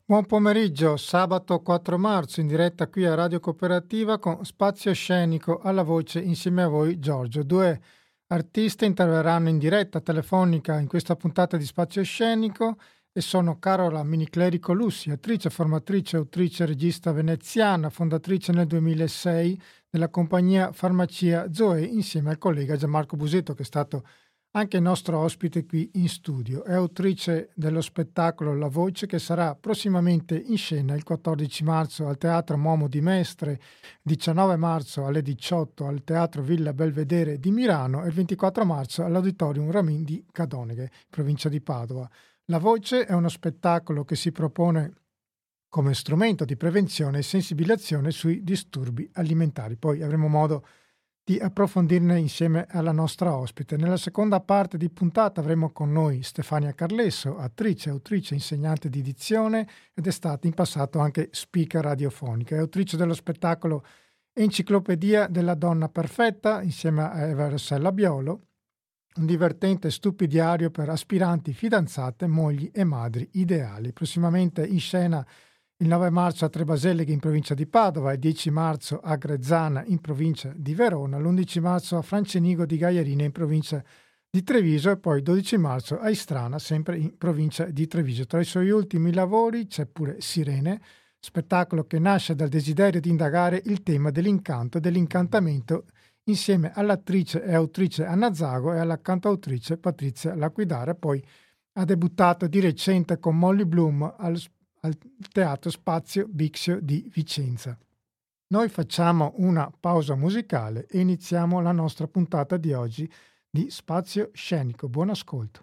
Buon pomeriggio, sabato 4 marzo in diretta qui a Radio Cooperativa con Spazio Scenico alla voce insieme a voi Giorgio. Due artisti interverranno in diretta telefonica in questa puntata di Spazio Scenico e sono Carola Miniclerico Lussi, attrice, formatrice, autrice, regista veneziana, fondatrice nel 2006 della compagnia Farmacia Zoe insieme al collega Gianmarco Busetto che è stato anche il nostro ospite qui in studio. È autrice dello spettacolo La Voce che sarà prossimamente in scena il 14 marzo al Teatro Momo di Mestre, 19 marzo alle 18 al Teatro Villa Belvedere di Milano e il 24 marzo all'Auditorium Ramin di Cadoneghe, provincia di Padova. La Voce è uno spettacolo che si propone come strumento di prevenzione e sensibilizzazione sui disturbi alimentari. Poi avremo modo di approfondirne insieme alla nostra ospite. Nella seconda parte di puntata avremo con noi Stefania Carlesso, attrice, autrice, insegnante di dizione ed è stata in passato anche speaker radiofonica. È autrice dello spettacolo Enciclopedia della donna perfetta insieme a Eva Rossella Biolo, un divertente stupidiario per aspiranti fidanzate, mogli e madri ideali. Prossimamente in scena il 9 marzo a Trebaselleghe in provincia di Padova, il 10 marzo a Grezzana in provincia di Verona, l'11 marzo a Francenigo di Gaiarina in provincia di Treviso e poi il 12 marzo a Istrana, sempre in provincia di Treviso. Tra i suoi ultimi lavori c'è pure Sirene, spettacolo che nasce dal desiderio di indagare il tema dell'incanto e dell'incantamento insieme all'attrice e autrice Anna Zago e alla cantautrice Patrizia Laquidara. Poi ha debuttato di recente con Molly Bloom al Teatro Spazio Bixio di Vicenza. Noi facciamo una pausa musicale e iniziamo la nostra puntata di oggi di Spazio Scenico. Buon ascolto.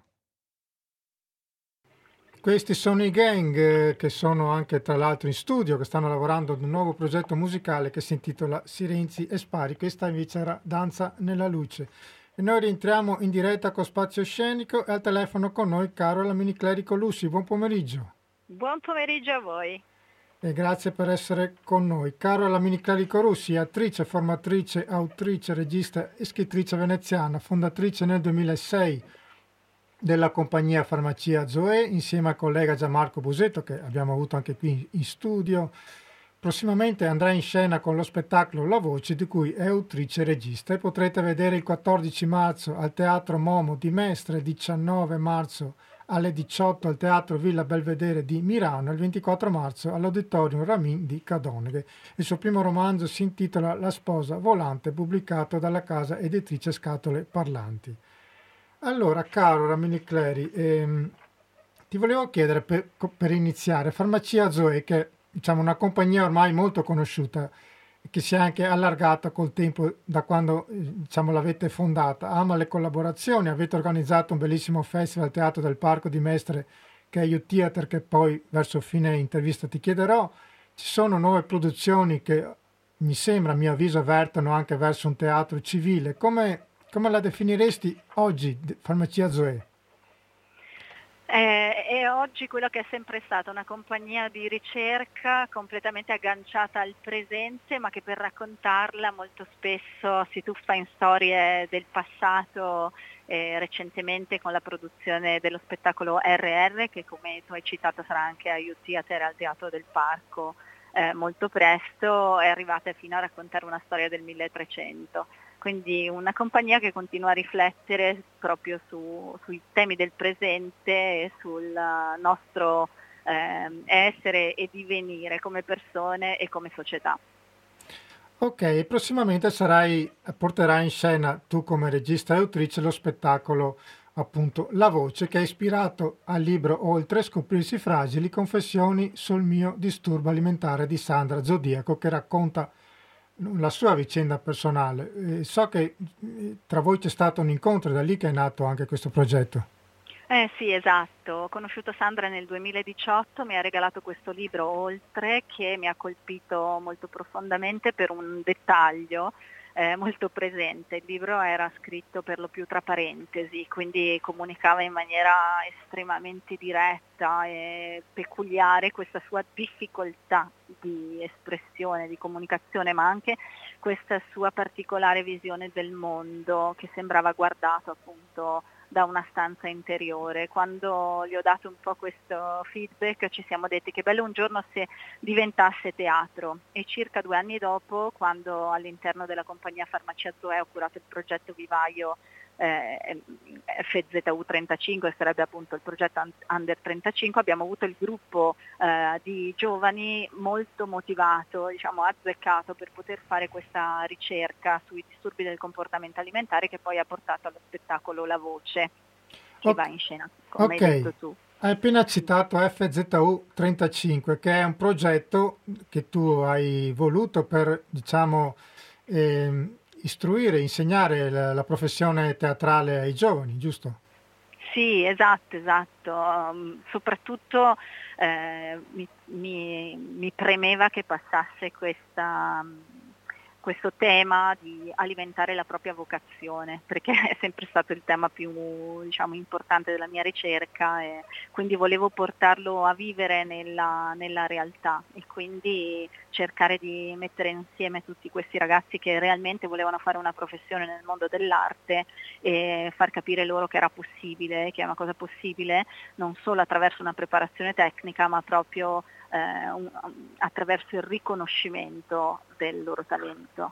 Questi sono i Gang che sono anche tra l'altro in studio, che stanno lavorando ad un nuovo progetto musicale che si intitola Silenzi e Spari. Questa invece era Danza nella luce. E noi rientriamo in diretta con Spazio Scenico e al telefono con noi Carola Miniclerico Lussi. Buon pomeriggio. Buon pomeriggio a voi. E grazie per essere con noi. Carola Miniclerico Russi, attrice, formatrice, autrice, regista e scrittrice veneziana, fondatrice nel 2006 della compagnia Farmacia Zoe, insieme al collega Gianmarco Busetto, che abbiamo avuto anche qui in studio. Prossimamente andrà in scena con lo spettacolo La Voce, di cui è autrice e regista, e potrete vedere il 14 marzo al Teatro Momo di Mestre, 19 marzo alle 18 al Teatro Villa Belvedere di Milano e il 24 marzo all'Auditorium Ramin di Cadoneghe. Il suo primo romanzo si intitola La sposa volante, pubblicato dalla casa editrice Scatole Parlanti. Allora, caro Ramini Cleri, ti volevo chiedere per iniziare, Farmacia Zoe, che è diciamo, una compagnia ormai molto conosciuta, che si è anche allargata col tempo da quando diciamo, l'avete fondata, ama le collaborazioni, avete organizzato un bellissimo festival al Teatro del Parco di Mestre, che è Youth Theater, che poi verso fine intervista ti chiederò. Ci sono nuove produzioni che mi sembra, a mio avviso, vertono anche verso un teatro civile. Come la definiresti oggi, Farmacia Zoe? È oggi quello che è sempre stata una compagnia di ricerca completamente agganciata al presente, ma che per raccontarla molto spesso si tuffa in storie del passato, recentemente con la produzione dello spettacolo RR, che come tu hai citato sarà anche a Youth Theater al Teatro del Parco molto presto, è arrivata fino a raccontare una storia del 1300. Quindi una compagnia che continua a riflettere proprio sui temi del presente e sul nostro essere e divenire come persone e come società. Ok, prossimamente porterai in scena tu come regista e autrice lo spettacolo appunto La Voce, che è ispirato al libro Oltre scoprirsi fragili, confessioni sul mio disturbo alimentare di Sandra Zodiaco, che racconta la sua vicenda personale. So che tra voi c'è stato un incontro, da lì che è nato anche questo progetto. Sì, esatto. Ho conosciuto Sandra nel 2018, mi ha regalato questo libro Oltre che mi ha colpito molto profondamente per un dettaglio molto presente. Il libro era scritto per lo più tra parentesi, quindi comunicava in maniera estremamente diretta e peculiare questa sua difficoltà di espressione, di comunicazione, ma anche questa sua particolare visione del mondo che sembrava guardato appunto da una stanza interiore. Quando gli ho dato un po' questo feedback ci siamo detti che bello un giorno se diventasse teatro, e circa 2 anni dopo, quando all'interno della compagnia Farmacia Zoe ho curato il progetto vivaio FZU 35, sarebbe appunto il progetto Under 35, abbiamo avuto il gruppo di giovani molto motivato, diciamo azzeccato, per poter fare questa ricerca sui disturbi del comportamento alimentare, che poi ha portato allo spettacolo La Voce, che va in scena, come hai detto tu. Hai appena citato FZU 35, che è un progetto che tu hai voluto per, diciamo, istruire, insegnare la professione teatrale ai giovani, giusto? Sì, esatto. Soprattutto mi premeva che passasse questo tema di alimentare la propria vocazione, perché è sempre stato il tema più, diciamo, importante della mia ricerca, e quindi volevo portarlo a vivere nella realtà, e quindi cercare di mettere insieme tutti questi ragazzi che realmente volevano fare una professione nel mondo dell'arte e far capire loro che era possibile, che è una cosa possibile non solo attraverso una preparazione tecnica, ma proprio attraverso il riconoscimento del loro talento.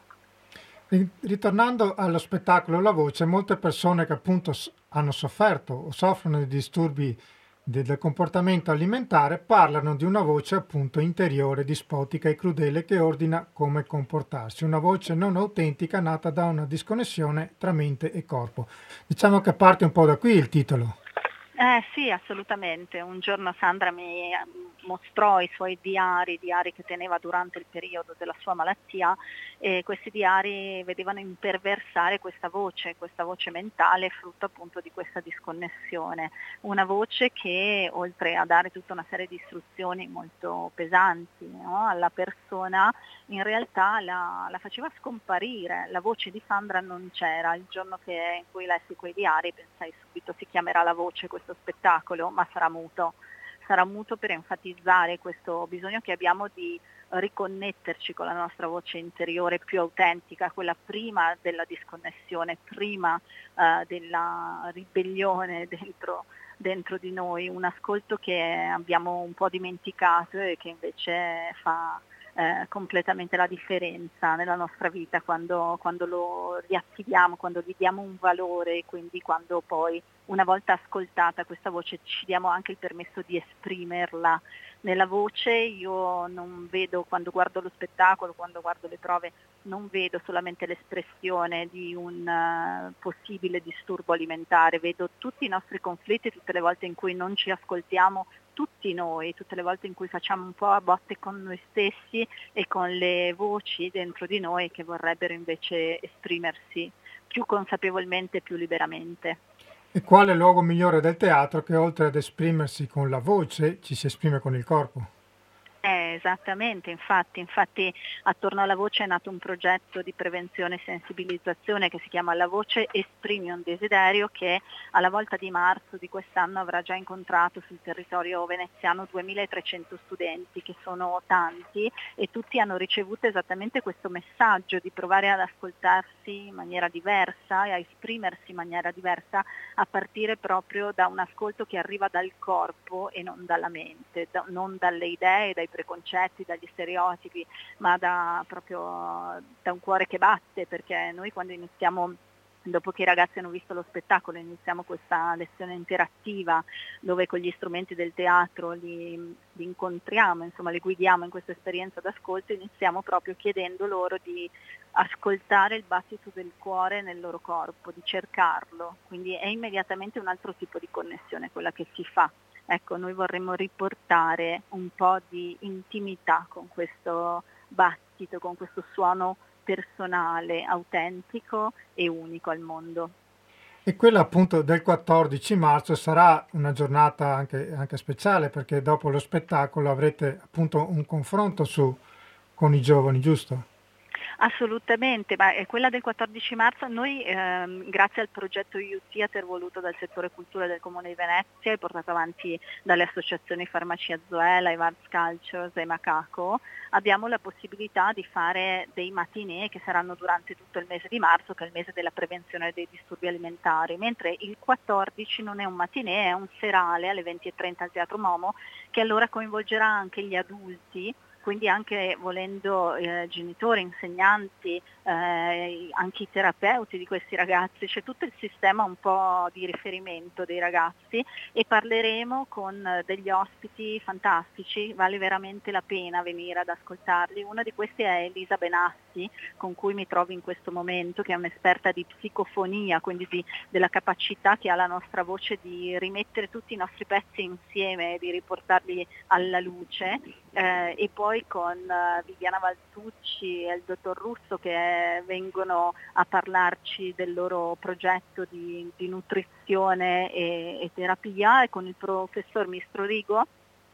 Ritornando allo spettacolo La Voce, molte persone che appunto hanno sofferto o soffrono di disturbi del comportamento alimentare parlano di una voce appunto interiore, dispotica e crudele, che ordina come comportarsi, una voce non autentica nata da una disconnessione tra mente e corpo. Diciamo che parte un po' da qui il titolo. Sì, assolutamente. Un giorno Sandra mi mostrò i suoi diari che teneva durante il periodo della sua malattia, e questi diari vedevano imperversare questa voce mentale, frutto appunto di questa disconnessione. Una voce che, oltre a dare tutta una serie di istruzioni molto pesanti, no, alla persona, in realtà la faceva scomparire. La voce di Sandra non c'era. Il giorno in cui lessi quei diari pensai subito: si chiamerà La Voce questo spettacolo, ma sarà muto per enfatizzare questo bisogno che abbiamo di riconnetterci con la nostra voce interiore più autentica, quella prima della disconnessione, prima della ribellione dentro di noi, un ascolto che abbiamo un po' dimenticato e che invece fa completamente la differenza nella nostra vita quando lo riattiviamo, quando gli diamo un valore, e quindi quando poi, una volta ascoltata questa voce, ci diamo anche il permesso di esprimerla. Nella voce io non vedo, quando guardo lo spettacolo, quando guardo le prove, non vedo solamente l'espressione di un possibile disturbo alimentare, vedo tutti i nostri conflitti, tutte le volte in cui non ci ascoltiamo, tutti noi, tutte le volte in cui facciamo un po' a botte con noi stessi e con le voci dentro di noi che vorrebbero invece esprimersi più consapevolmente e più liberamente. E quale luogo migliore del teatro che, oltre ad esprimersi con la voce, ci si esprime con il corpo? Esattamente, infatti attorno alla voce è nato un progetto di prevenzione e sensibilizzazione che si chiama La Voce Esprimi un Desiderio, che alla volta di marzo di quest'anno avrà già incontrato sul territorio veneziano 2300 studenti, che sono tanti, e tutti hanno ricevuto esattamente questo messaggio di provare ad ascoltarsi in maniera diversa e a esprimersi in maniera diversa, a partire proprio da un ascolto che arriva dal corpo e non dalla mente, non dalle idee, dai preconcetti, dagli stereotipi, ma proprio da un cuore che batte, perché noi quando iniziamo, dopo che i ragazzi hanno visto lo spettacolo, iniziamo questa lezione interattiva dove con gli strumenti del teatro li incontriamo, insomma li guidiamo in questa esperienza d'ascolto, iniziamo proprio chiedendo loro di ascoltare il battito del cuore nel loro corpo, di cercarlo, quindi è immediatamente un altro tipo di connessione quella che si fa. Ecco, noi vorremmo riportare un po' di intimità con questo battito, con questo suono personale, autentico e unico al mondo. E quella appunto del 14 marzo sarà una giornata anche speciale, perché dopo lo spettacolo avrete appunto un confronto con i giovani, giusto? Assolutamente, ma quella del 14 marzo noi grazie al progetto EU Theater voluto dal settore cultura del Comune di Venezia e portato avanti dalle associazioni Farmacia Zoela, Arts Cultures e Macaco, abbiamo la possibilità di fare dei matinee che saranno durante tutto il mese di marzo, che è il mese della prevenzione dei disturbi alimentari, mentre il 14 non è un matinee, è un serale alle 20:30 al Teatro Momo, che allora coinvolgerà anche gli adulti, quindi anche volendo genitori, insegnanti, anche i terapeuti di questi ragazzi, c'è tutto il sistema un po' di riferimento dei ragazzi e parleremo con degli ospiti fantastici, vale veramente la pena venire ad ascoltarli. Una di queste è Elisa Benassi, con cui mi trovo in questo momento, che è un'esperta di psicofonia, quindi della capacità che ha la nostra voce di rimettere tutti i nostri pezzi insieme e di riportarli alla luce. E poi con Viviana Valtucci e il dottor Russo che vengono a parlarci del loro progetto di nutrizione e terapia, e con il professor Mistro Rigo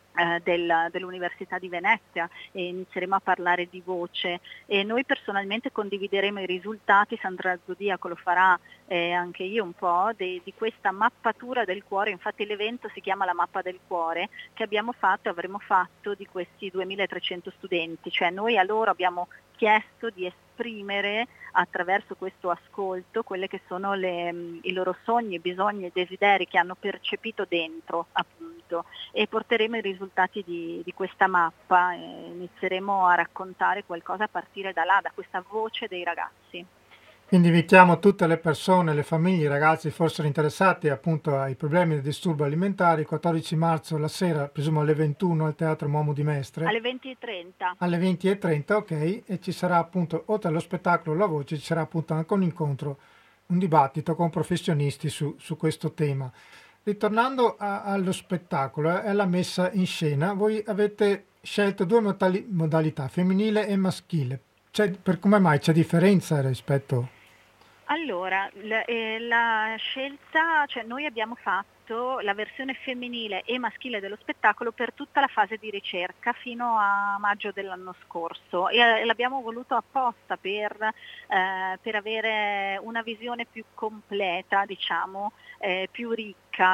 dell'Università di Venezia, e inizieremo a parlare di voce e noi personalmente condivideremo i risultati. Sandra Zodiaco lo farà, anche io un po', di questa mappatura del cuore. Infatti l'evento si chiama la mappa del cuore, che avremo fatto di questi 2300 studenti, cioè noi a loro abbiamo chiesto di esprimere attraverso questo ascolto quelle che sono i loro sogni, bisogni e desideri che hanno percepito dentro, appunto, e porteremo i risultati di questa mappa e inizieremo a raccontare qualcosa a partire da là, da questa voce dei ragazzi. Quindi invitiamo tutte le persone, le famiglie, i ragazzi fossero interessati appunto ai problemi del disturbo alimentare, il 14 marzo la sera, presumo alle 21 al Teatro Momo di Mestre. Alle 20:30. Alle 20:30, ok, e ci sarà appunto, oltre allo spettacolo La Voce, ci sarà appunto anche un incontro, un dibattito con professionisti su questo tema. Ritornando allo spettacolo e alla messa in scena, voi avete scelto due modalità, femminile e maschile. Come mai c'è differenza rispetto? Allora, la scelta, cioè noi abbiamo fatto la versione femminile e maschile dello spettacolo per tutta la fase di ricerca fino a maggio dell'anno scorso e l'abbiamo voluto apposta per avere una visione più completa, diciamo, più ricca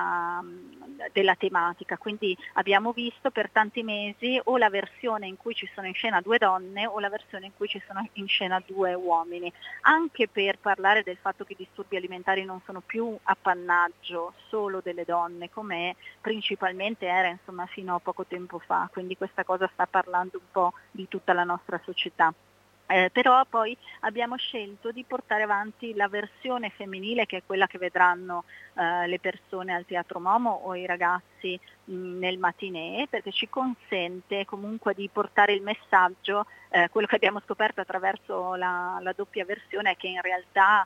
della tematica. Quindi abbiamo visto per tanti mesi o la versione in cui ci sono in scena due donne o la versione in cui ci sono in scena due uomini, anche per parlare del fatto che i disturbi alimentari non sono più appannaggio solo delle donne, come principalmente era, insomma, fino a poco tempo fa, quindi questa cosa sta parlando un po' di tutta la nostra società. Però poi abbiamo scelto di portare avanti la versione femminile, che è quella che vedranno le persone al Teatro Momo o i ragazzi nel matinee, perché ci consente comunque di portare il messaggio. Quello che abbiamo scoperto attraverso la doppia versione è che in realtà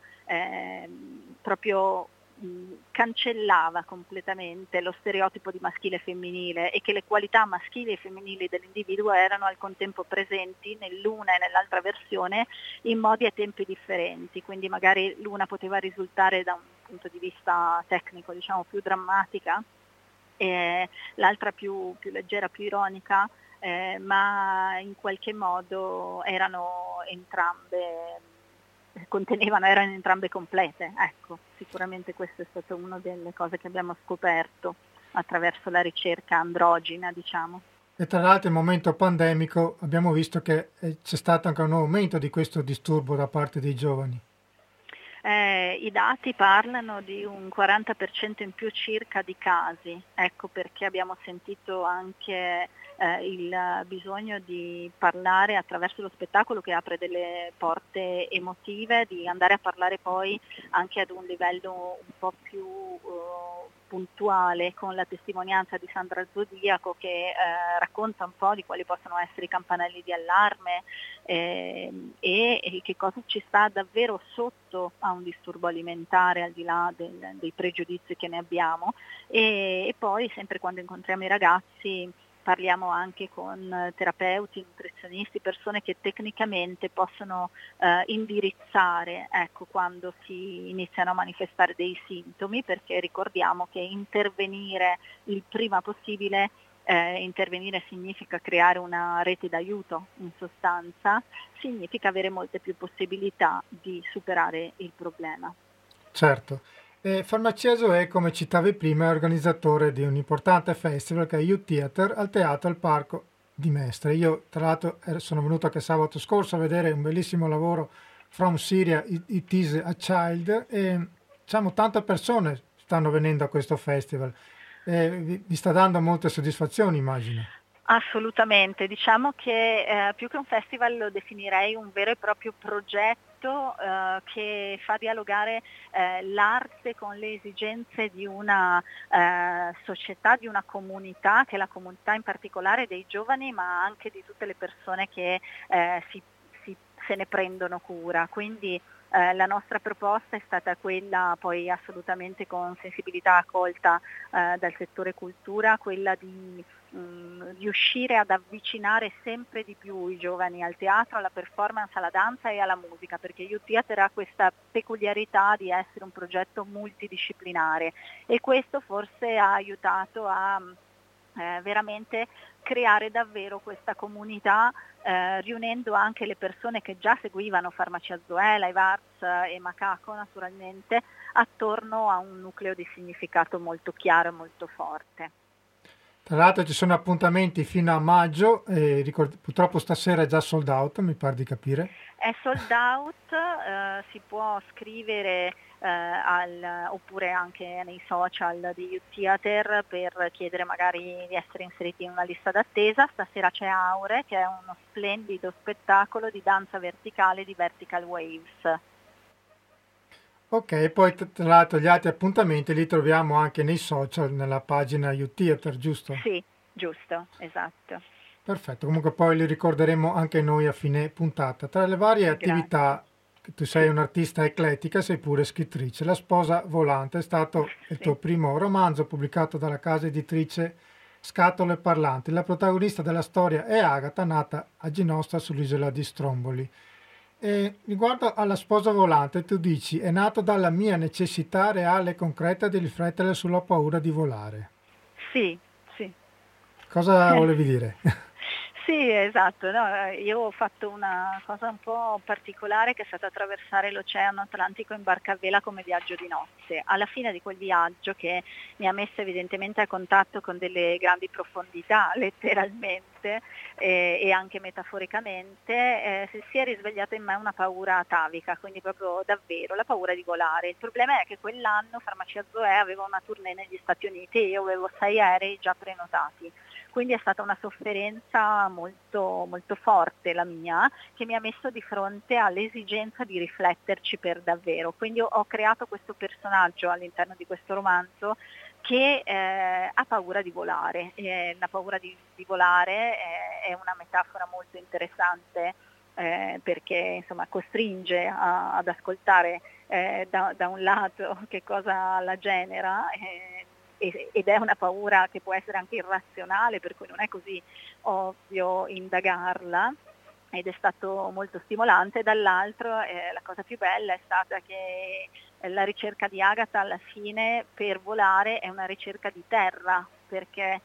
proprio cancellava completamente lo stereotipo di maschile e femminile e che le qualità maschili e femminili dell'individuo erano al contempo presenti nell'una e nell'altra versione in modi e tempi differenti, quindi magari l'una poteva risultare da un punto di vista tecnico, diciamo, più drammatica, e l'altra più leggera, più ironica, ma in qualche modo erano entrambe complete. Ecco, sicuramente questa è stata una delle cose che abbiamo scoperto attraverso la ricerca androgina, diciamo. E tra l'altro nel momento pandemico abbiamo visto che c'è stato anche un aumento di questo disturbo da parte dei giovani. I dati parlano di un 40% in più circa di casi, ecco perché abbiamo sentito anche il bisogno di parlare attraverso lo spettacolo, che apre delle porte emotive, di andare a parlare poi anche ad un livello un po' più puntuale, con la testimonianza di Sandra Zodiaco che racconta un po' di quali possono essere i campanelli di allarme e che cosa ci sta davvero sotto a un disturbo alimentare, al di là dei pregiudizi che ne abbiamo, e poi sempre quando incontriamo i ragazzi parliamo anche con terapeuti, nutrizionisti, persone che tecnicamente possono indirizzare, ecco, quando si iniziano a manifestare dei sintomi, perché ricordiamo che intervenire il prima possibile intervenire significa creare una rete d'aiuto, in sostanza, significa avere molte più possibilità di superare il problema. Certo. Farmacia Zoe, come citavi prima, è organizzatore di un importante festival che è Youth Theater al Teatro al Parco di Mestre. Io, tra l'altro, sono venuto anche sabato scorso a vedere un bellissimo lavoro From Syria, It is a Child, e diciamo tante persone stanno venendo a questo festival. Vi sta dando molte soddisfazioni, immagino. Assolutamente, diciamo che più che un festival lo definirei un vero e proprio progetto che fa dialogare l'arte con le esigenze di una società, di una comunità, che è la comunità in particolare dei giovani, ma anche di tutte le persone che se ne prendono cura. Quindi la nostra proposta è stata quella, poi assolutamente con sensibilità accolta dal settore cultura, quella di riuscire ad avvicinare sempre di più i giovani al teatro, alla performance, alla danza e alla musica, perché Youth Theater ha questa peculiarità di essere un progetto multidisciplinare e questo forse ha aiutato a veramente creare davvero questa comunità, riunendo anche le persone che già seguivano Farmacia Zoe, Live Arts e Macaco naturalmente, attorno a un nucleo di significato molto chiaro e molto forte. Tra l'altro ci sono appuntamenti fino a maggio, purtroppo stasera è già sold out, mi pare di capire. È sold out, si può scrivere oppure anche nei social di Youth Theater per chiedere magari di essere inseriti in una lista d'attesa. Stasera c'è Aure, che è uno splendido spettacolo di danza verticale di Vertical Waves. Ok, poi tra l'altro gli altri appuntamenti li troviamo anche nei social, nella pagina Youth Theater, giusto? Sì, giusto, esatto. Perfetto, comunque poi li ricorderemo anche noi a fine puntata. Tra le varie attività, tu sei Sì. un'artista eclettica, sei pure scrittrice. La sposa volante è stato il tuo primo romanzo pubblicato dalla casa editrice Scatole Parlanti. La protagonista della storia è Agata, nata a Ginostra sull'isola di Stromboli. E riguardo alla sposa volante, tu dici, è nato dalla mia necessità reale e concreta di riflettere sulla paura di volare. Sì, sì. Cosa volevi dire? Sì, esatto. No, io ho fatto una cosa un po' particolare che è stata attraversare l'Oceano Atlantico in barca a vela come viaggio di nozze. Alla fine di quel viaggio, che mi ha messo evidentemente a contatto con delle grandi profondità, letteralmente e anche metaforicamente, si è risvegliata in me una paura atavica, quindi proprio davvero la paura di volare. Il problema è che quell'anno Farmacia Zoe aveva una tournée negli Stati Uniti e io avevo 6 aerei già prenotati. Quindi è stata una sofferenza molto, molto forte la mia, che mi ha messo di fronte all'esigenza di rifletterci per davvero. Quindi ho creato questo personaggio all'interno di questo romanzo che ha paura di volare. La paura di volare è una metafora molto interessante perché insomma costringe ad ascoltare da un lato che cosa la genera ed è una paura che può essere anche irrazionale, per cui non è così ovvio indagarla, ed è stato molto stimolante. Dall'altro la cosa più bella è stata che la ricerca di Agata alla fine per volare è una ricerca di terra, perché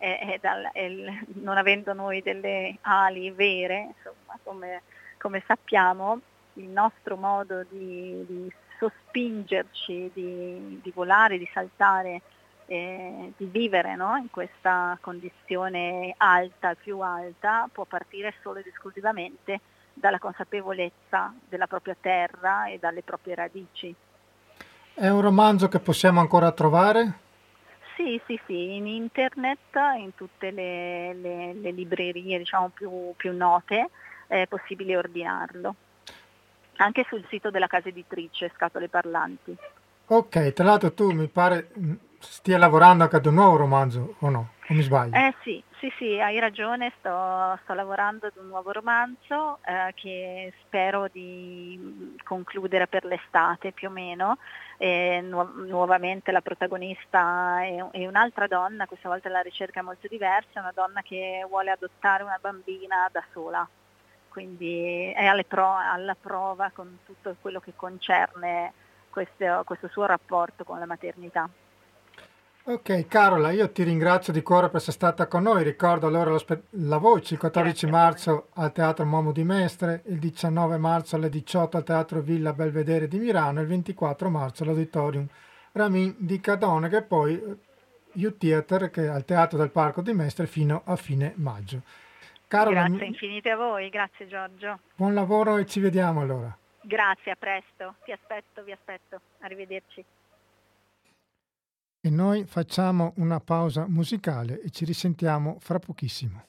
non avendo noi delle ali vere, insomma, come sappiamo, il nostro modo di sospingerci, di volare, di saltare, di vivere, no? In questa condizione alta, più alta, può partire solo ed esclusivamente dalla consapevolezza della propria terra e dalle proprie radici. È un romanzo che possiamo ancora trovare? Sì, in internet, in tutte le librerie diciamo più note, è possibile ordinarlo. Anche sul sito della casa editrice Scatole Parlanti. Ok, tra l'altro tu mi pare stia lavorando anche ad un nuovo romanzo, o no? O mi sbaglio? Sì, hai ragione, sto lavorando ad un nuovo romanzo che spero di concludere per l'estate più o meno. Nuovamente la protagonista è un'altra donna, questa volta la ricerca è molto diversa, è una donna che vuole adottare una bambina da sola, quindi è alla prova con tutto quello che concerne questo suo rapporto con la maternità. Ok, Carola, io ti ringrazio di cuore per essere stata con noi. Ricordo allora la voce il 14 Grazie a voi. marzo al Teatro Momo di Mestre, il 19 marzo alle 18 al Teatro Villa Belvedere di Milano e il 24 marzo all'Auditorium Ramin di Cadone, che poi U Theater, che è al Teatro del Parco di Mestre fino a fine maggio. Carola, Grazie infinite a voi, grazie Giorgio. buon lavoro e ci vediamo allora. Grazie, a presto. Ti aspetto, vi aspetto. Arrivederci. E noi facciamo una pausa musicale e ci risentiamo fra pochissimo.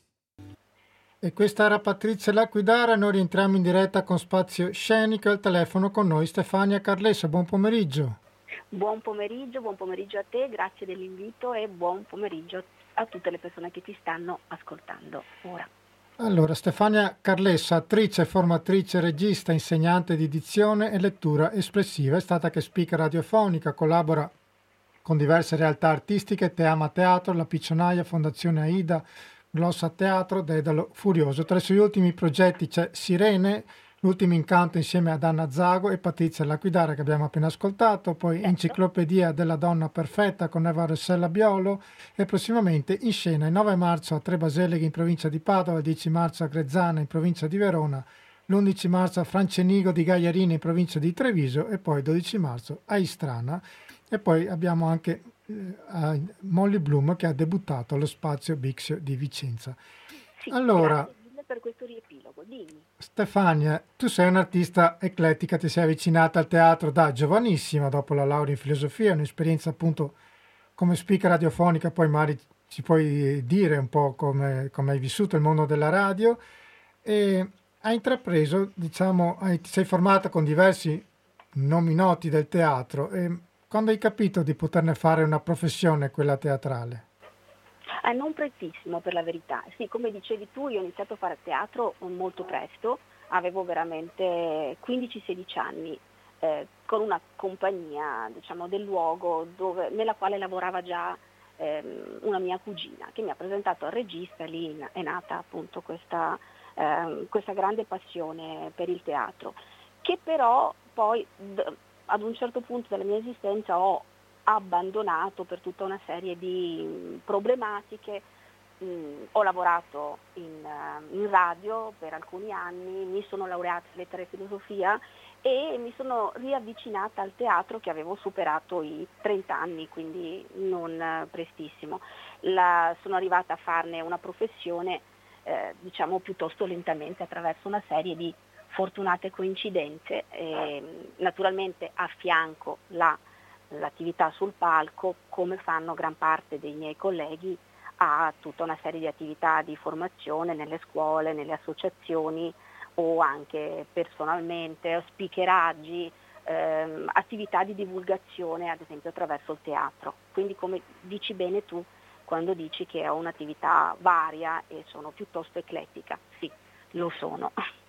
E questa era Patrizia Laquidara, noi rientriamo in diretta con Spazio Scenico e al telefono con noi Stefania Carlessa. Buon pomeriggio. Buon pomeriggio a te, grazie dell'invito e buon pomeriggio a tutte le persone che ti stanno ascoltando ora. Allora, Stefania Carlessa, attrice, formatrice, regista, insegnante di dizione e lettura espressiva, è stata anche speaker radiofonica, collabora con diverse realtà artistiche, Teama Teatro, La Piccionaia, Fondazione Aida, Glossa Teatro, Dedalo Furioso. Tra i suoi ultimi progetti c'è Sirene, L'ultimo incanto insieme ad Anna Zago e Patrizia Laquidara che abbiamo appena ascoltato, poi Certo. Enciclopedia della donna perfetta con Eva Rossella Biolo e prossimamente in scena il 9 marzo a Tre Baseleghe in provincia di Padova, il 10 marzo a Grezzana in provincia di Verona, l'11 marzo a Francenigo di Gagliarina in provincia di Treviso e poi il 12 marzo a Istrana. E poi abbiamo anche Molly Bloom che ha debuttato allo Spazio Bixio di Vicenza. Sì, Allora, grazie mille per questo riepilogo, dimmi. Stefania, tu sei un'artista eclettica, ti sei avvicinata al teatro da giovanissima, dopo la laurea in filosofia, un'esperienza appunto come speaker radiofonica, poi magari ci puoi dire un po' come hai vissuto il mondo della radio e hai intrapreso, diciamo, ti sei formata con diversi nomi noti del teatro e quando hai capito di poterne fare una professione, quella teatrale? Non prezzissimo per la verità, sì, come dicevi tu, io ho iniziato a fare teatro molto presto, avevo veramente 15-16 anni, con una compagnia, diciamo, del luogo nella quale lavorava già una mia cugina che mi ha presentato al regista, lì è nata appunto questa grande passione per il teatro, che però poi ad un certo punto della mia esistenza ho abbandonato per tutta una serie di problematiche. Ho lavorato in radio per alcuni anni, mi sono laureata in lettere e filosofia e mi sono riavvicinata al teatro che avevo superato i 30 anni, quindi non prestissimo. Sono arrivata a farne una professione diciamo piuttosto lentamente attraverso una serie di fortunate coincidenze, naturalmente a fianco l'attività sul palco, come fanno gran parte dei miei colleghi, a tutta una serie di attività di formazione nelle scuole, nelle associazioni o anche personalmente, speakeraggi, attività di divulgazione ad esempio attraverso il teatro. Quindi come dici bene tu quando dici che ho un'attività varia e sono piuttosto eclettica, sì, lo sono.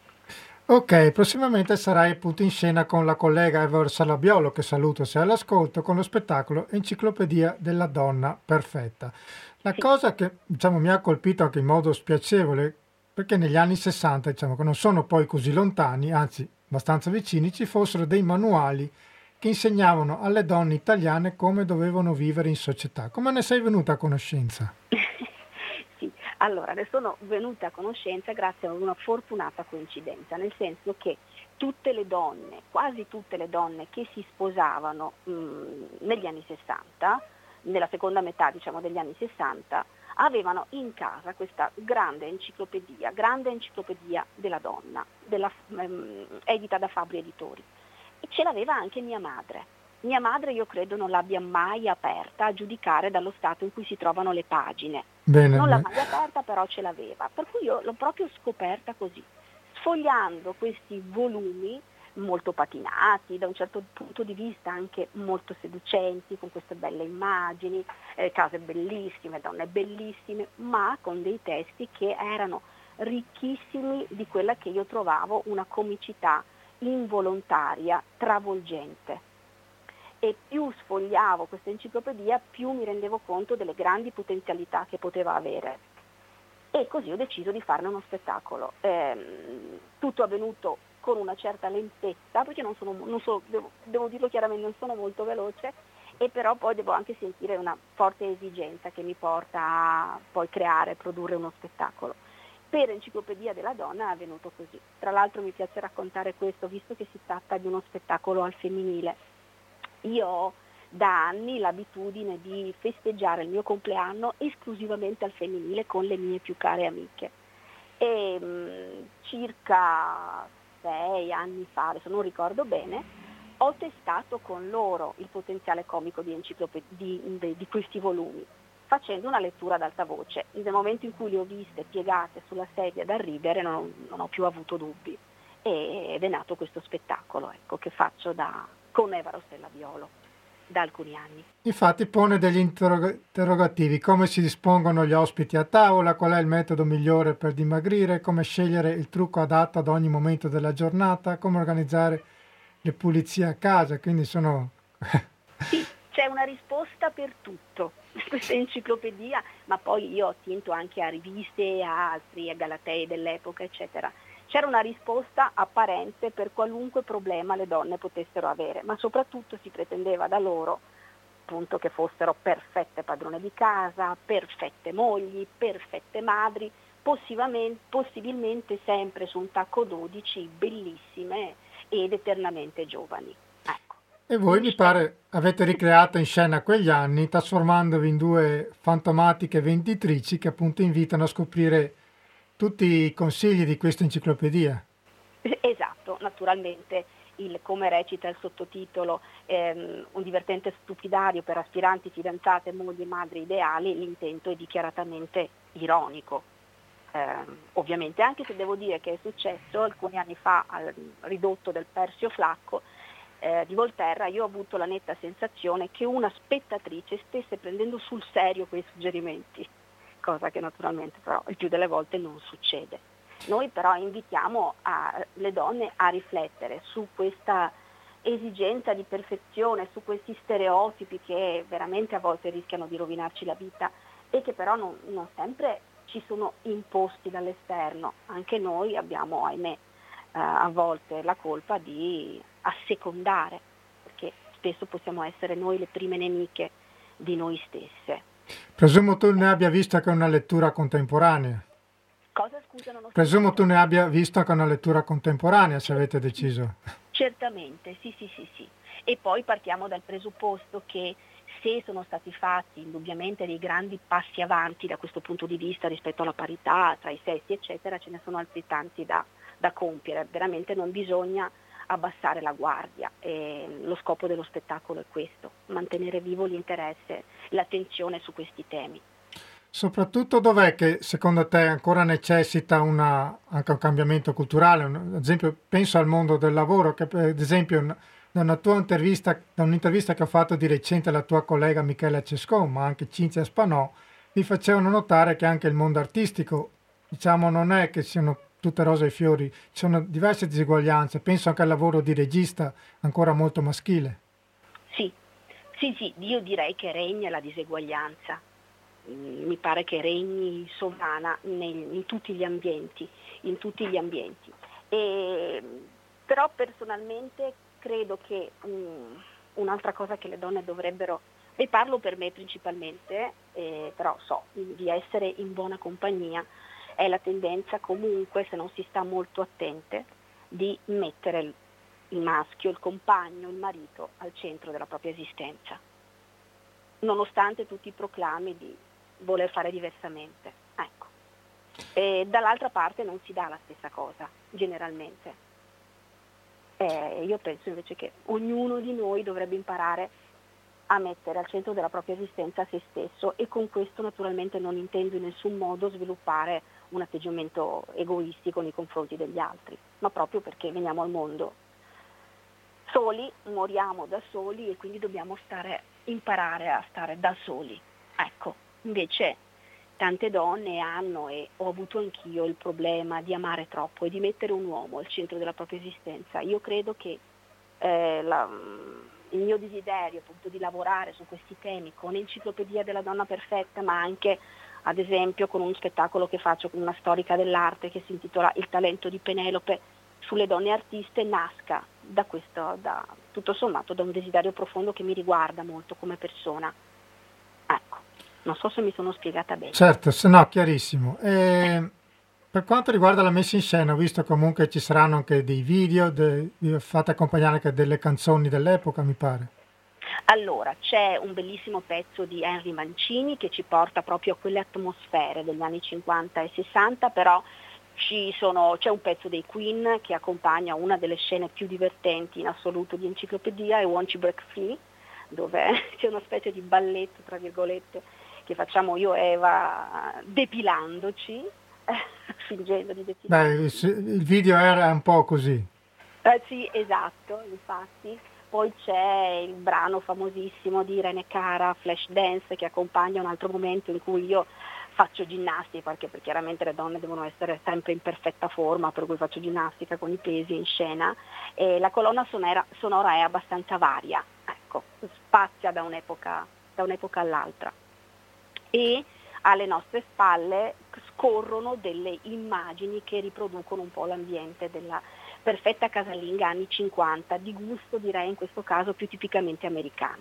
Ok, prossimamente sarai appunto in scena con la collega Eva Salabiolo, che saluto se è all'ascolto, con lo spettacolo Enciclopedia della donna perfetta. La Sì. cosa che diciamo, mi ha colpito anche in modo spiacevole, perché negli anni 60, diciamo che non sono poi così lontani, anzi abbastanza vicini, ci fossero dei manuali che insegnavano alle donne italiane come dovevano vivere in società. Come ne sei venuta a conoscenza? Sì, allora ne sono venuta a conoscenza grazie ad una fortunata coincidenza, nel senso che tutte le donne, quasi tutte le donne che si sposavano negli anni 60, nella seconda metà diciamo degli anni 60, avevano in casa questa grande enciclopedia della donna, edita da Fabbri Editori. E ce l'aveva anche mia madre. Mia madre io credo non l'abbia mai aperta a giudicare dallo stato in cui si trovano le pagine. Bene, Non l'ha mai aperta, però ce l'aveva. Per cui io l'ho proprio scoperta così, sfogliando questi volumi molto patinati, da un certo punto di vista anche molto seducenti, con queste belle immagini, case bellissime, donne bellissime, ma con dei testi che erano ricchissimi di quella che io trovavo una comicità involontaria, travolgente. E più sfogliavo questa enciclopedia, più mi rendevo conto delle grandi potenzialità che poteva avere. E così ho deciso di farne uno spettacolo. Tutto avvenuto con una certa lentezza, perché devo dirlo chiaramente, non sono molto veloce, e però poi devo anche sentire una forte esigenza che mi porta a poi creare, produrre uno spettacolo. Per Enciclopedia della Donna è avvenuto così. Tra l'altro mi piace raccontare questo, visto che si tratta di uno spettacolo al femminile. Io ho da anni l'abitudine di festeggiare il mio compleanno esclusivamente al femminile con le mie più care amiche. E circa 6 anni fa, adesso non ricordo bene, ho testato con loro il potenziale comico di questi volumi, facendo una lettura ad alta voce. Nel momento in cui le ho viste piegate sulla sedia da ridere non ho più avuto dubbi ed è nato questo spettacolo, ecco, che faccio con Eva Rossella Violo da alcuni anni. Infatti pone degli interrogativi: come si dispongono gli ospiti a tavola, qual è il metodo migliore per dimagrire, come scegliere il trucco adatto ad ogni momento della giornata, come organizzare le pulizie a casa, quindi sono... Sì, c'è una risposta per tutto in questa enciclopedia, ma poi io ho attinto anche a riviste, a altri, a galatei dell'epoca, eccetera. C'era una risposta apparente per qualunque problema le donne potessero avere, ma soprattutto si pretendeva da loro appunto che fossero perfette padrone di casa, perfette mogli, perfette madri, possibilmente sempre su un tacco 12, bellissime ed eternamente giovani. Ecco. E voi, mi pare, avete ricreato in scena quegli anni, trasformandovi in due fantomatiche venditrici che appunto invitano a scoprire tutti i consigli di questa enciclopedia. Esatto, naturalmente come recita il sottotitolo, un divertente stupidario per aspiranti fidanzate, mogli e madri ideali, l'intento è dichiaratamente ironico. Ovviamente, anche se devo dire che è successo alcuni anni fa al ridotto del Persio Flacco di Volterra, io ho avuto la netta sensazione che una spettatrice stesse prendendo sul serio quei suggerimenti, cosa che naturalmente però il più delle volte non succede. Noi però invitiamo le donne a riflettere su questa esigenza di perfezione, su questi stereotipi che veramente a volte rischiano di rovinarci la vita e che però non sempre ci sono imposti dall'esterno. Anche noi abbiamo, ahimè, a volte la colpa di assecondare, perché spesso possiamo essere noi le prime nemiche di noi stesse. Presumo tu ne abbia visto anche una lettura contemporanea. Cosa, scusa, non ho Presumo sentito. tu ne abbia visto anche una lettura contemporanea, se avete deciso. Certamente, sì. E poi partiamo dal presupposto che se sono stati fatti indubbiamente dei grandi passi avanti da questo punto di vista rispetto alla parità tra i sessi, eccetera, ce ne sono altrettanti da compiere. Veramente non bisogna abbassare la guardia e lo scopo dello spettacolo è questo, mantenere vivo l'interesse, l'attenzione su questi temi. Soprattutto dov'è che secondo te ancora necessita anche un cambiamento culturale? Ad esempio, penso al mondo del lavoro, che ad esempio da un'intervista che ho fatto di recente alla tua collega Michela Cescon, ma anche Cinzia Spanò, mi facevano notare che anche il mondo artistico, diciamo, non è che siano tutte rose e fiori, ci sono diverse diseguaglianze. Penso anche al lavoro di regista ancora molto maschile. Sì, io direi che regna la diseguaglianza. Mi pare che regni sovrana in tutti gli ambienti. Però personalmente credo che un'altra cosa che le donne dovrebbero, e parlo per me principalmente, però so di essere in buona compagnia, è la tendenza comunque, se non si sta molto attente, di mettere il maschio, il compagno, il marito al centro della propria esistenza, nonostante tutti i proclami di voler fare diversamente. Ecco. E dall'altra parte non si dà la stessa cosa, generalmente. Io penso invece che ognuno di noi dovrebbe imparare a mettere al centro della propria esistenza se stesso, e con questo naturalmente non intendo in nessun modo sviluppare un atteggiamento egoistico nei confronti degli altri, ma proprio perché veniamo al mondo soli, moriamo da soli e quindi dobbiamo imparare a stare da soli. Ecco, invece tante donne hanno, e ho avuto anch'io, il problema di amare troppo e di mettere un uomo al centro della propria esistenza. Io credo che il mio desiderio appunto di lavorare su questi temi con l'Enciclopedia della Donna Perfetta, ma anche ad esempio con uno spettacolo che faccio con una storica dell'arte che si intitola Il talento di Penelope, sulle donne artiste nasca da tutto sommato da un desiderio profondo che mi riguarda molto come persona. Ecco, non so se mi sono spiegata bene. Certo, se no, chiarissimo. Per quanto riguarda la messa in scena, ho visto comunque ci saranno anche dei video, fate accompagnare anche delle canzoni dell'epoca, mi pare. Allora, c'è un bellissimo pezzo di Henry Mancini che ci porta proprio a quelle atmosfere degli anni 50 e 60, però c'è un pezzo dei Queen che accompagna una delle scene più divertenti in assoluto di Enciclopedia, e Won't You Break Free, dove c'è una specie di balletto, tra virgolette, che facciamo io e Eva depilandoci, fingendo di depilare. Beh, il video era un po' così. Sì, esatto, infatti. Poi c'è il brano famosissimo di Irene Cara, Flashdance, che accompagna un altro momento in cui io faccio ginnastica, perché chiaramente le donne devono essere sempre in perfetta forma, per cui faccio ginnastica con i pesi in scena, e la colonna sonora è abbastanza varia, ecco, spazia da un'epoca all'altra. E alle nostre spalle scorrono delle immagini che riproducono un po' l'ambiente della perfetta casalinga anni 50, di gusto direi in questo caso più tipicamente americano.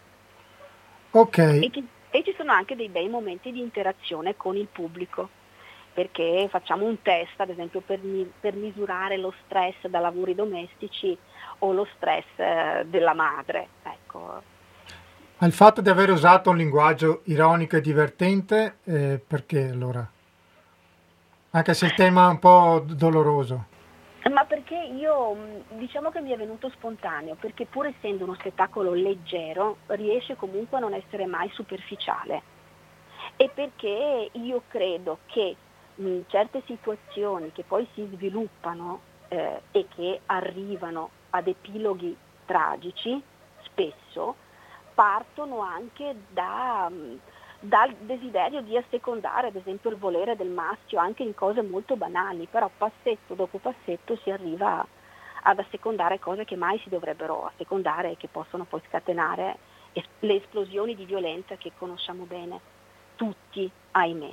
Ok. E ci sono anche dei bei momenti di interazione con il pubblico, perché facciamo un test, ad esempio per misurare lo stress da lavori domestici o lo stress della madre. Ecco. Al fatto di aver usato un linguaggio ironico e divertente, perché allora? Anche se il tema è un po' doloroso. Ma perché io, diciamo che mi è venuto spontaneo, perché pur essendo uno spettacolo leggero, riesce comunque a non essere mai superficiale. E perché io credo che certe situazioni che poi si sviluppano e che arrivano ad epiloghi tragici, spesso partono anche dal desiderio di assecondare, ad esempio, il volere del maschio anche in cose molto banali, però passetto dopo passetto si arriva ad assecondare cose che mai si dovrebbero assecondare e che possono poi scatenare le esplosioni di violenza che conosciamo bene tutti, ahimè.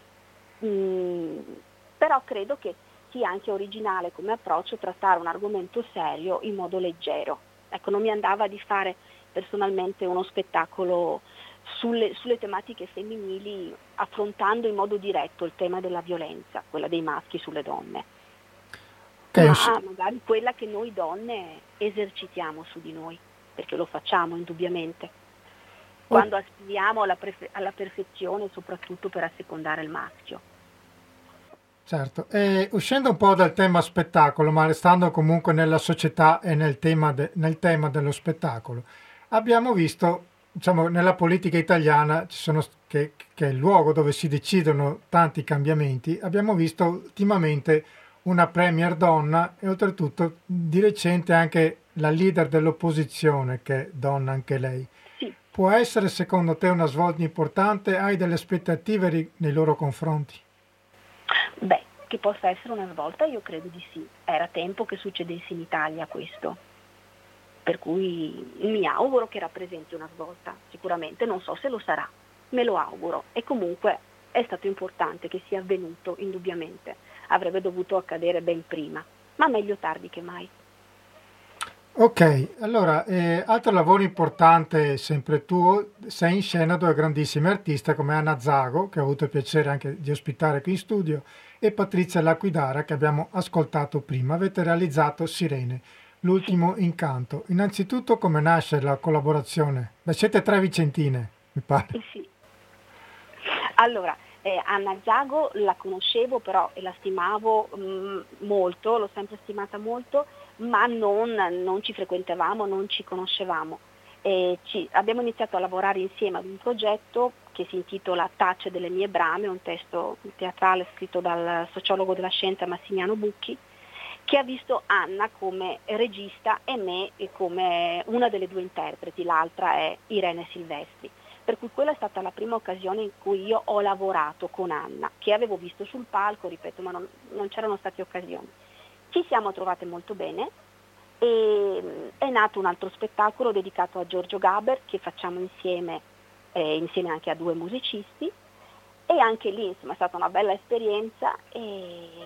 Però credo che sia anche originale come approccio trattare un argomento serio in modo leggero. Ecco, non mi andava di fare personalmente uno spettacolo sulle tematiche femminili, affrontando in modo diretto il tema della violenza, quella dei maschi sulle donne, ma magari quella che noi donne esercitiamo su di noi, perché lo facciamo indubbiamente, quando aspiriamo alla perfezione, soprattutto per assecondare il maschio. Certo, e uscendo un po' dal tema spettacolo, ma restando comunque nella società e nel tema dello spettacolo, abbiamo visto, diciamo, nella politica italiana, che è il luogo dove si decidono tanti cambiamenti, abbiamo visto ultimamente una premier donna e oltretutto di recente anche la leader dell'opposizione, che è donna anche lei. Sì. Può essere secondo te una svolta importante? Hai delle aspettative nei loro confronti? Beh, che possa essere una svolta, io credo di sì. Era tempo che succedesse in Italia questo. Per cui mi auguro che rappresenti una svolta, sicuramente, non so se lo sarà, me lo auguro. E comunque è stato importante che sia avvenuto, indubbiamente. Avrebbe dovuto accadere ben prima, ma meglio tardi che mai. Ok, allora, altro lavoro importante sempre tuo, sei in scena due grandissime artiste come Anna Zago, che ho avuto il piacere anche di ospitare qui in studio, e Patrizia Laquidara, che abbiamo ascoltato prima. Avete realizzato Sirene, l'ultimo incanto. Innanzitutto, come nasce la collaborazione? Beh, siete tre vicentine, mi pare. Sì. Allora, Anna Zago la conoscevo però e la stimavo molto, l'ho sempre stimata molto, ma non ci frequentavamo, non ci conoscevamo. Abbiamo iniziato a lavorare insieme ad un progetto che si intitola Tace delle mie brame, un testo teatrale scritto dal sociologo della scienza Massimiano Bucchi, che ha visto Anna come regista e me come una delle due interpreti, l'altra è Irene Silvestri. Per cui quella è stata la prima occasione in cui io ho lavorato con Anna, che avevo visto sul palco, ripeto, ma non c'erano state occasioni. Ci siamo trovate molto bene e è nato un altro spettacolo dedicato a Giorgio Gaber che facciamo insieme anche a due musicisti, e anche lì insomma è stata una bella esperienza e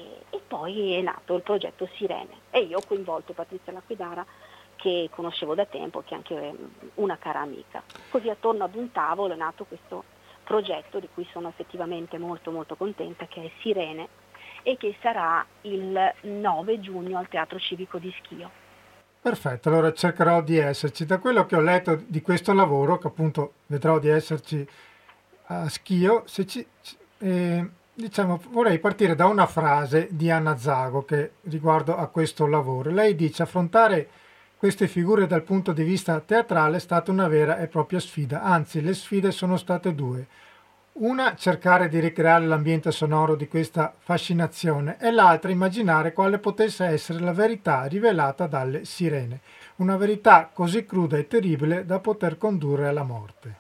poi è nato il progetto Sirene e io ho coinvolto Patrizia Laquidara, che conoscevo da tempo, che è anche una cara amica. Così attorno ad un tavolo è nato questo progetto di cui sono effettivamente molto molto contenta, che è Sirene, e che sarà il 9 giugno al Teatro Civico di Schio. Perfetto, allora cercherò di esserci. Da quello che ho letto di questo lavoro, che appunto vedrò di esserci a Schio, diciamo, vorrei partire da una frase di Anna Zago che riguardo a questo lavoro. Lei dice: affrontare queste figure dal punto di vista teatrale è stata una vera e propria sfida, anzi le sfide sono state due. Una, cercare di ricreare l'ambiente sonoro di questa fascinazione e l'altra, immaginare quale potesse essere la verità rivelata dalle sirene. Una verità così cruda e terribile da poter condurre alla morte.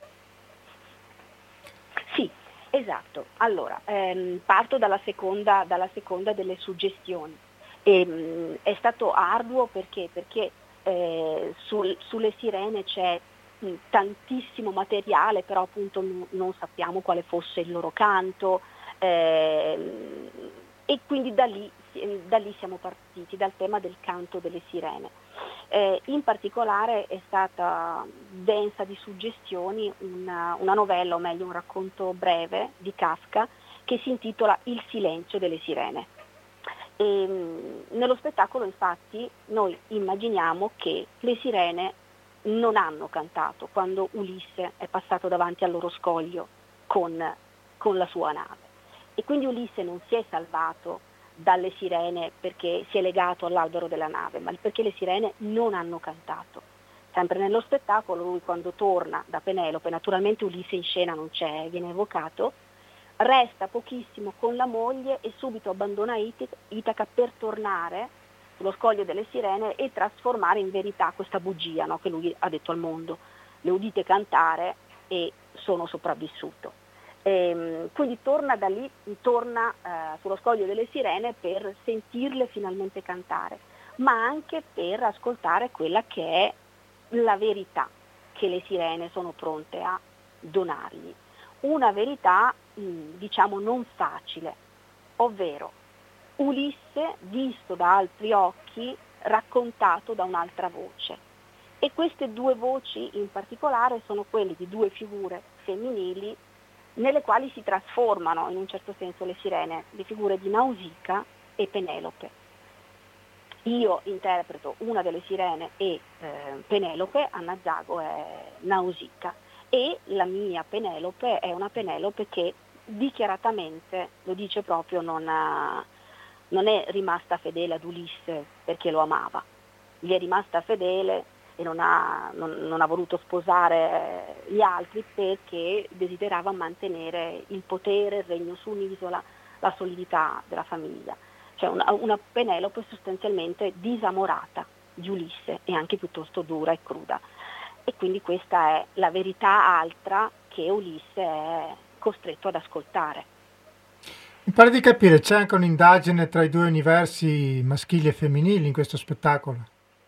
Sì, esatto. Allora, parto dalla seconda delle suggestioni. È stato arduo perché sulle sirene c'è tantissimo materiale, però appunto non sappiamo quale fosse il loro canto, e quindi da lì siamo partiti, dal tema del canto delle sirene. In particolare è stata densa di suggestioni una novella, o meglio un racconto breve di Kafka, che si intitola Il silenzio delle sirene. Nello spettacolo infatti noi immaginiamo che le sirene non hanno cantato quando Ulisse è passato davanti al loro scoglio con la sua nave, e quindi Ulisse non si è salvato dalle sirene perché si è legato all'albero della nave, ma perché le sirene non hanno cantato. Sempre nello spettacolo lui, quando torna da Penelope, naturalmente Ulisse in scena non c'è, viene evocato, resta pochissimo con la moglie e subito abbandona Itaca per tornare sullo scoglio delle sirene e trasformare in verità questa bugia, no, che lui ha detto al mondo: le udite cantare e sono sopravvissuto. Quindi torna da lì, sullo scoglio delle sirene per sentirle finalmente cantare, ma anche per ascoltare quella che è la verità che le sirene sono pronte a donargli. Una verità, diciamo, non facile, ovvero Ulisse visto da altri occhi, raccontato da un'altra voce. E queste due voci in particolare sono quelle di due figure femminili nelle quali si trasformano in un certo senso le sirene, le figure di Nausicaa e Penelope. Io interpreto una delle sirene e Penelope, Anna Zago è Nausicaa, e la mia Penelope è una Penelope che dichiaratamente, lo dice proprio, non è rimasta fedele ad Ulisse perché lo amava, gli è rimasta fedele e non ha voluto sposare gli altri perché desiderava mantenere il potere, il regno su un'isola, la solidità della famiglia. Cioè una Penelope sostanzialmente disamorata di Ulisse e anche piuttosto dura e cruda. E quindi questa è la verità altra che Ulisse è costretto ad ascoltare. Mi pare di capire, c'è anche un'indagine tra i due universi maschili e femminili in questo spettacolo.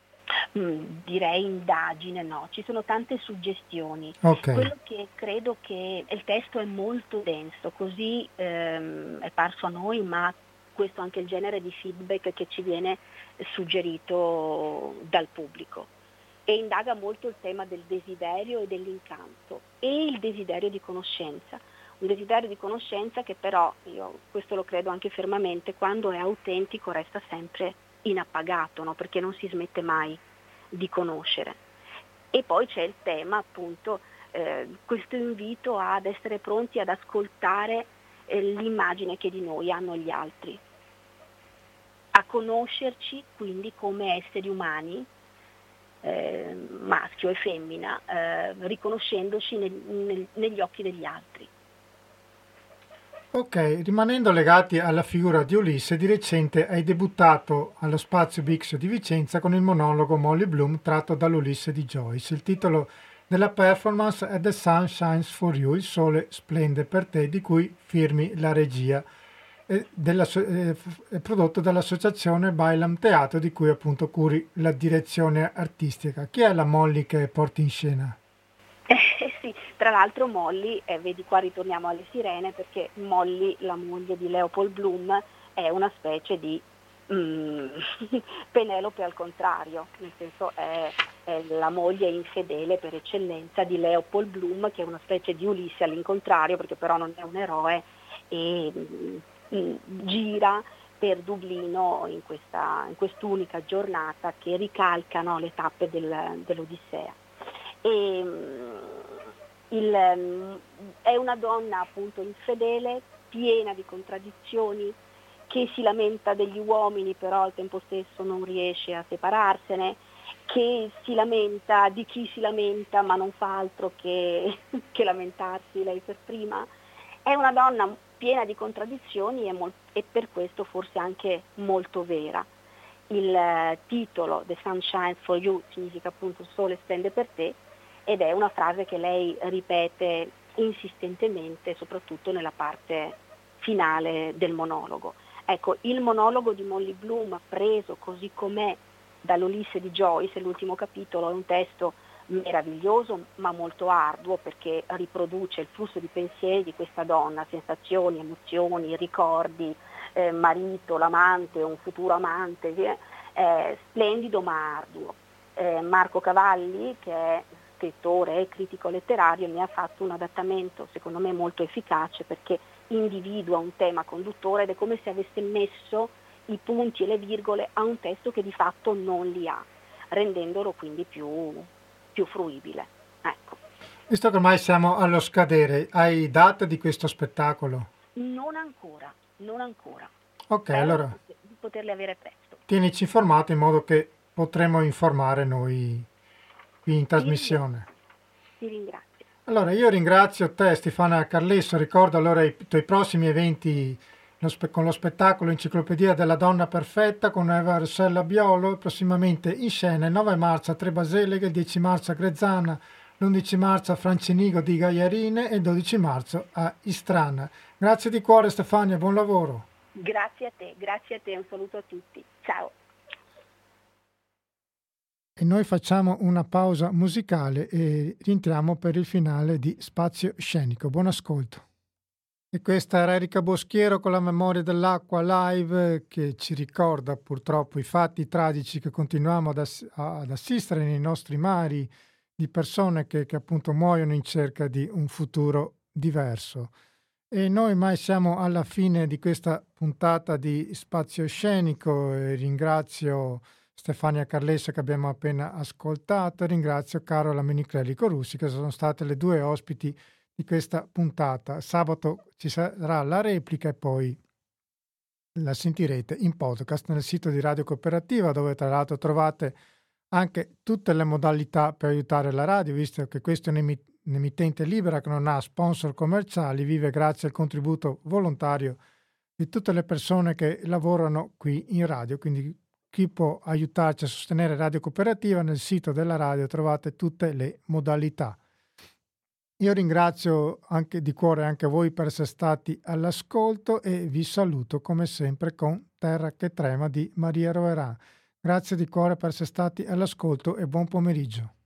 Direi indagine, no, ci sono tante suggestioni. Okay. Quello che credo che il testo è molto denso, così è parso a noi, ma questo è anche il genere di feedback che ci viene suggerito dal pubblico, e indaga molto il tema del desiderio e dell'incanto e il desiderio di conoscenza. Un desiderio di conoscenza che però, io questo lo credo anche fermamente, quando è autentico resta sempre inappagato, no? Perché non si smette mai di conoscere. E poi c'è il tema, appunto, questo invito ad essere pronti ad ascoltare l'immagine che di noi hanno gli altri, a conoscerci quindi come esseri umani, maschio e femmina, riconoscendoci negli occhi degli altri. Ok, rimanendo legati alla figura di Ulisse, di recente hai debuttato allo Spazio Bix di Vicenza con il monologo Molly Bloom tratto dall'Ulisse di Joyce. Il titolo della performance è The Sun Shines for You, il sole splende per te, di cui firmi la regia, è prodotto dall'associazione Bailam Teatro, di cui appunto curi la direzione artistica. Chi è la Molly che porti in scena? Sì, tra l'altro Molly, vedi qua ritorniamo alle sirene, perché Molly, la moglie di Leopold Bloom, è una specie di Penelope al contrario, nel senso è la moglie infedele per eccellenza di Leopold Bloom, che è una specie di Ulisse all'incontrario, perché però non è un eroe, e gira per Dublino in quest'unica giornata che ricalcano le tappe dell'Odissea. È una donna appunto infedele, piena di contraddizioni, che si lamenta degli uomini però al tempo stesso non riesce a separarsene, che si lamenta di chi si lamenta ma non fa altro che lamentarsi lei per prima. È una donna piena di contraddizioni e per questo forse anche molto vera. Il titolo The Sun Shines for You significa appunto il sole splende per te, ed è una frase che lei ripete insistentemente, soprattutto nella parte finale del monologo. Ecco, il monologo di Molly Bloom, preso così com'è dall'Ulisse di Joyce, l'ultimo capitolo, è un testo meraviglioso ma molto arduo, perché riproduce il flusso di pensieri di questa donna, sensazioni, emozioni, ricordi, marito, l'amante, un futuro amante, splendido ma arduo. Marco Cavalli, che è scrittore e critico letterario, ne ha fatto un adattamento secondo me molto efficace, perché individua un tema conduttore ed è come se avesse messo i punti e le virgole a un testo che di fatto non li ha, rendendolo quindi più fruibile. Ecco. Visto che ormai siamo allo scadere, hai data di questo spettacolo? Non ancora. Ok, spero allora di poterle avere presto. tienici informato in modo che potremo informare noi qui in trasmissione. Ti ringrazio. Allora, io ringrazio te, Stefania Carlesso, ricordo allora i tuoi prossimi eventi con lo spettacolo Enciclopedia della Donna Perfetta con Eva Rossella Biolo, prossimamente in scena il 9 marzo a Tre Baseleghe, il 10 marzo a Grezzana, l'11 marzo a Francenigo di Gaiarine e il 12 marzo a Istrana. Grazie di cuore Stefania, buon lavoro. Grazie a te, un saluto a tutti. Ciao. E noi facciamo una pausa musicale e rientriamo per il finale di Spazio Scenico. Buon ascolto. E questa era Erika Boschiero con la memoria dell'acqua live, che ci ricorda purtroppo i fatti tragici che continuiamo ad assistere nei nostri mari, di persone che appunto muoiono in cerca di un futuro diverso. E noi mai siamo alla fine di questa puntata di Spazio Scenico e ringrazio Stefania Carlesso che abbiamo appena ascoltato, ringrazio Carola Menichelli Corussi che sono state le due ospiti di questa puntata. Sabato ci sarà la replica e poi la sentirete in podcast nel sito di Radio Cooperativa, dove tra l'altro trovate anche tutte le modalità per aiutare la radio, visto che questa è un'emittente libera che non ha sponsor commerciali, vive grazie al contributo volontario di tutte le persone che lavorano qui in radio, quindi chi può aiutarci a sostenere Radio Cooperativa, nel sito della radio trovate tutte le modalità. Io ringrazio anche di cuore anche voi per essere stati all'ascolto e vi saluto come sempre con Terra che trema di Maria Roverà. Grazie di cuore per essere stati all'ascolto e buon pomeriggio.